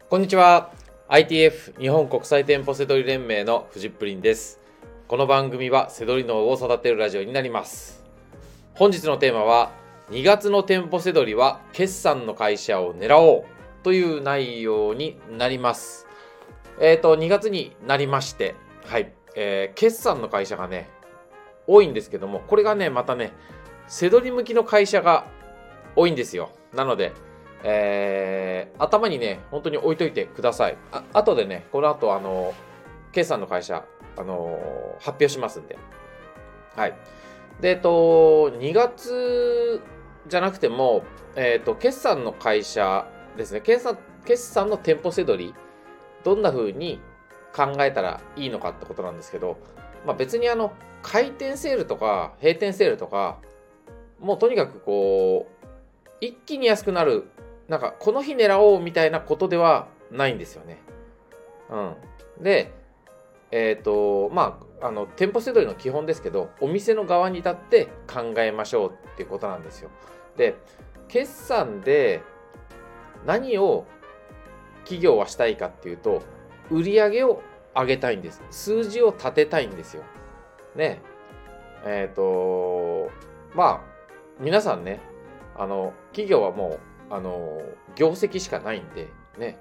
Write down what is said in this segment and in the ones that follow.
こんにちは。 ITF 日本国際店舗セドリ連盟のフジップリンです。この番組はセドリ脳を育てるラジオになります。本日のテーマは2月の店舗セドリは決算の会社を狙おうという内容になります。2月になりまして、はい、決算の会社がね多いんですけども、これがねまたねセドリ向きの会社が多いんですよ。なので頭にね本当に置いといてください。後でねこの後決算の会社発表しますんで、はい。で2月じゃなくても決算の会社ですね。決算の店舗セドリどんな風に考えたらいいのかってことなんですけど、別に開店セールとか閉店セールとかもうとにかくこう一気に安くなる、なんかこの日狙おうみたいなことではないんですよね。で、店舗セドリの基本ですけど、お店の側に立って考えましょうっていうことなんですよ。で、決算で何を企業はしたいかっていうと、売上を上げたいんです。数字を立てたいんですよ。ね。皆さんね、企業はもう業績しかないんでね、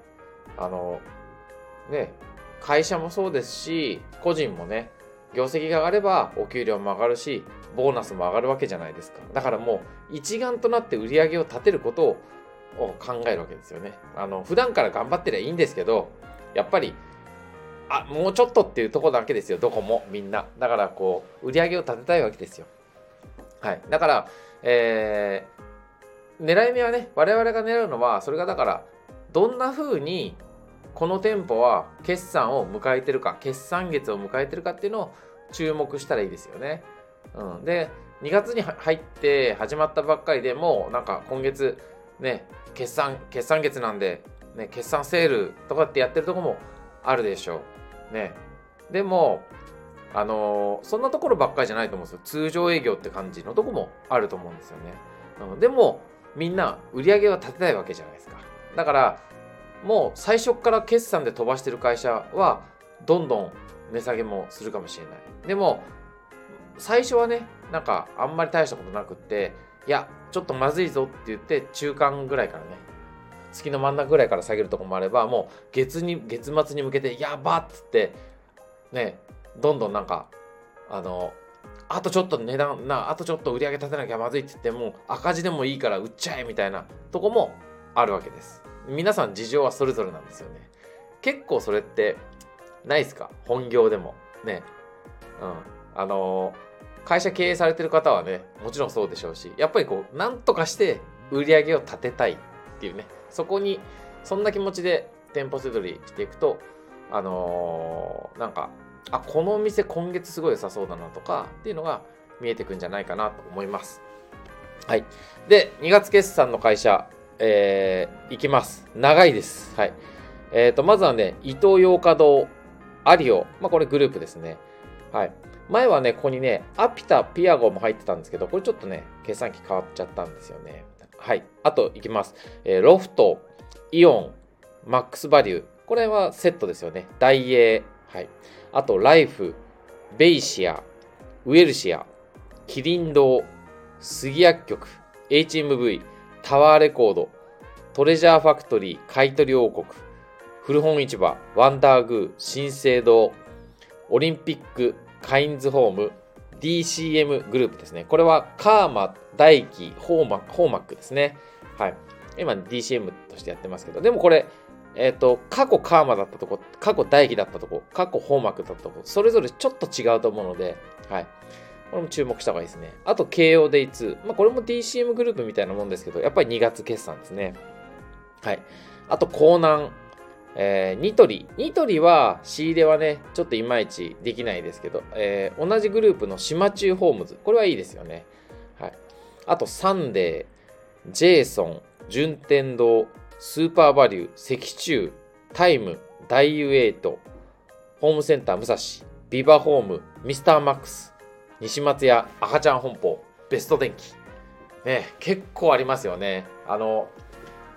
会社もそうですし個人もね、業績が上がればお給料も上がるしボーナスも上がるわけじゃないですか。だからもう一丸となって売り上げを立てることを考えるわけですよね。普段から頑張ってりゃいいんですけど、やっぱりもうちょっとっていうところだけですよ、どこもみんな。だからこう売り上げを立てたいわけですよ。はい。だから、狙い目はね、我々が狙うのは、それがだから、どんな風にこの店舗は決算を迎えてるか、決算月を迎えてるかっていうのを注目したらいいですよね。で、2月に入って始まったばっかりでもうなんか今月ね、決算月なんで、ね、決算セールとかってやってるとこもあるでしょう。ね。でも、そんなところばっかりじゃないと思うんですよ。通常営業って感じのとこもあると思うんですよね。でも、みんな売り上げは立てたいわけじゃないですか。だからもう最初から決算で飛ばしてる会社はどんどん値下げもするかもしれない。でも最初はね、なんかあんまり大したことなくって、いやちょっとまずいぞって言って中間ぐらいからね、月の真ん中ぐらいから下げるとこもあれば、もう月末に向けてやばっつってね、どんどんなんかあとちょっとあとちょっと売り上げ立てなきゃまずいって言っても赤字でもいいから売っちゃえみたいなとこもあるわけです。皆さん事情はそれぞれなんですよね。結構それってないですか？本業でもね。会社経営されてる方はね、もちろんそうでしょうし、やっぱりこうなんとかして売り上げを立てたいっていうね、そんな気持ちで店舗セドリしていくと、なんかこのお店今月すごい良さそうだなとかっていうのが見えてくんじゃないかなと思います。はい。で、2月決算の会社、いきます。長いです。はい。まずはね、イトーヨーカドー、アリオ、これグループですね。はい。前はね、ここにね、アピタ、ピアゴも入ってたんですけど、これちょっとね、決算期変わっちゃったんですよね。はい。あと、いきます。ロフト、イオン、マックスバリュー。これはセットですよね。ダイエー。はい。あと、ライフ、ベイシア、ウェルシア、キリン堂、杉薬局、HMV、タワーレコード、トレジャーファクトリー、買取王国、古本市場、ワンダーグー、新生堂、オリンピック、カインズホーム、DCM グループですね。これはカーマ、ダイキ、ホーマックですね。はい。今 DCM としてやってますけど、でもこれ、過去カーマだったとこ、過去大輝だったとこ、過去ホーマックだったとこ、それぞれちょっと違うと思うので、はい。これも注目した方がいいですね。あと、KODay2。これも DCM グループみたいなもんですけど、やっぱり2月決算ですね。はい。あと、江南。ニトリは仕入れはね、ちょっといまいちできないですけど、同じグループの島中ホームズ。これはいいですよね。はい。あと、サンデー、ジェイソン、順天堂、スーパーバリュー、石中、タイム、ダイユエイト、ホームセンター武蔵、ビバホーム、ミスターマックス、西松屋、赤ちゃん本舗、ベスト電機。ね、結構ありますよね。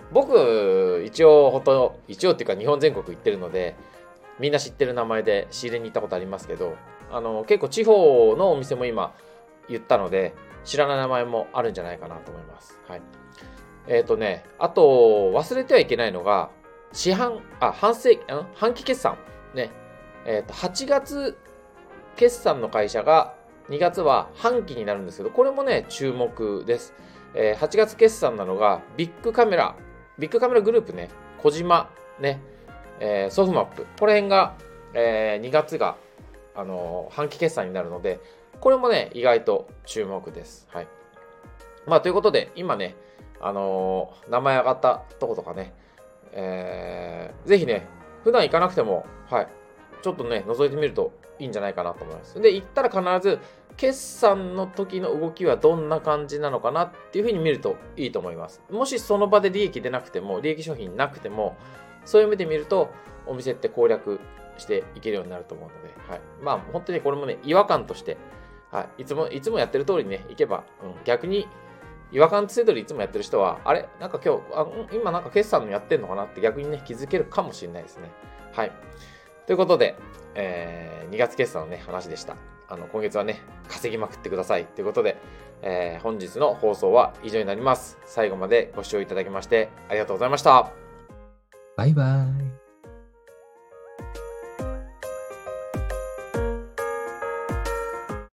僕一応っていうか日本全国行ってるのでみんな知ってる名前で仕入れに行ったことありますけど、結構地方のお店も今言ったので知らない名前もあるんじゃないかなと思います。はい。あと忘れてはいけないのが半期決算ね。8月決算の会社が2月は半期になるんですけど、これもね注目です。8月決算なのがビッグカメラグループね、小島ね、ソフマップ、この辺が、2月が半期決算になるので、これもね意外と注目です。はい。まあということで今ね名前上がったとことかね、ぜひね普段行かなくても、はい、ちょっとね覗いてみるといいんじゃないかなと思います。で行ったら必ず決算の時の動きはどんな感じなのかなっていう風に見るといいと思います。もしその場で利益出なくても、利益商品なくても、そういう目で見るとお店って攻略していけるようになると思うので、はい、まあ本当にこれもね違和感として、はい、いつもやってる通りにね行けば、逆に違和感ツイードルいつもやってる人は、あれなんか今なんか決算のやってんのかなって逆にね気づけるかもしれないですね。はい。ということで、2月決算のね話でした。今月はね稼ぎまくってくださいということで、本日の放送は以上になります。最後までご視聴いただきましてありがとうございました。 バイバイ。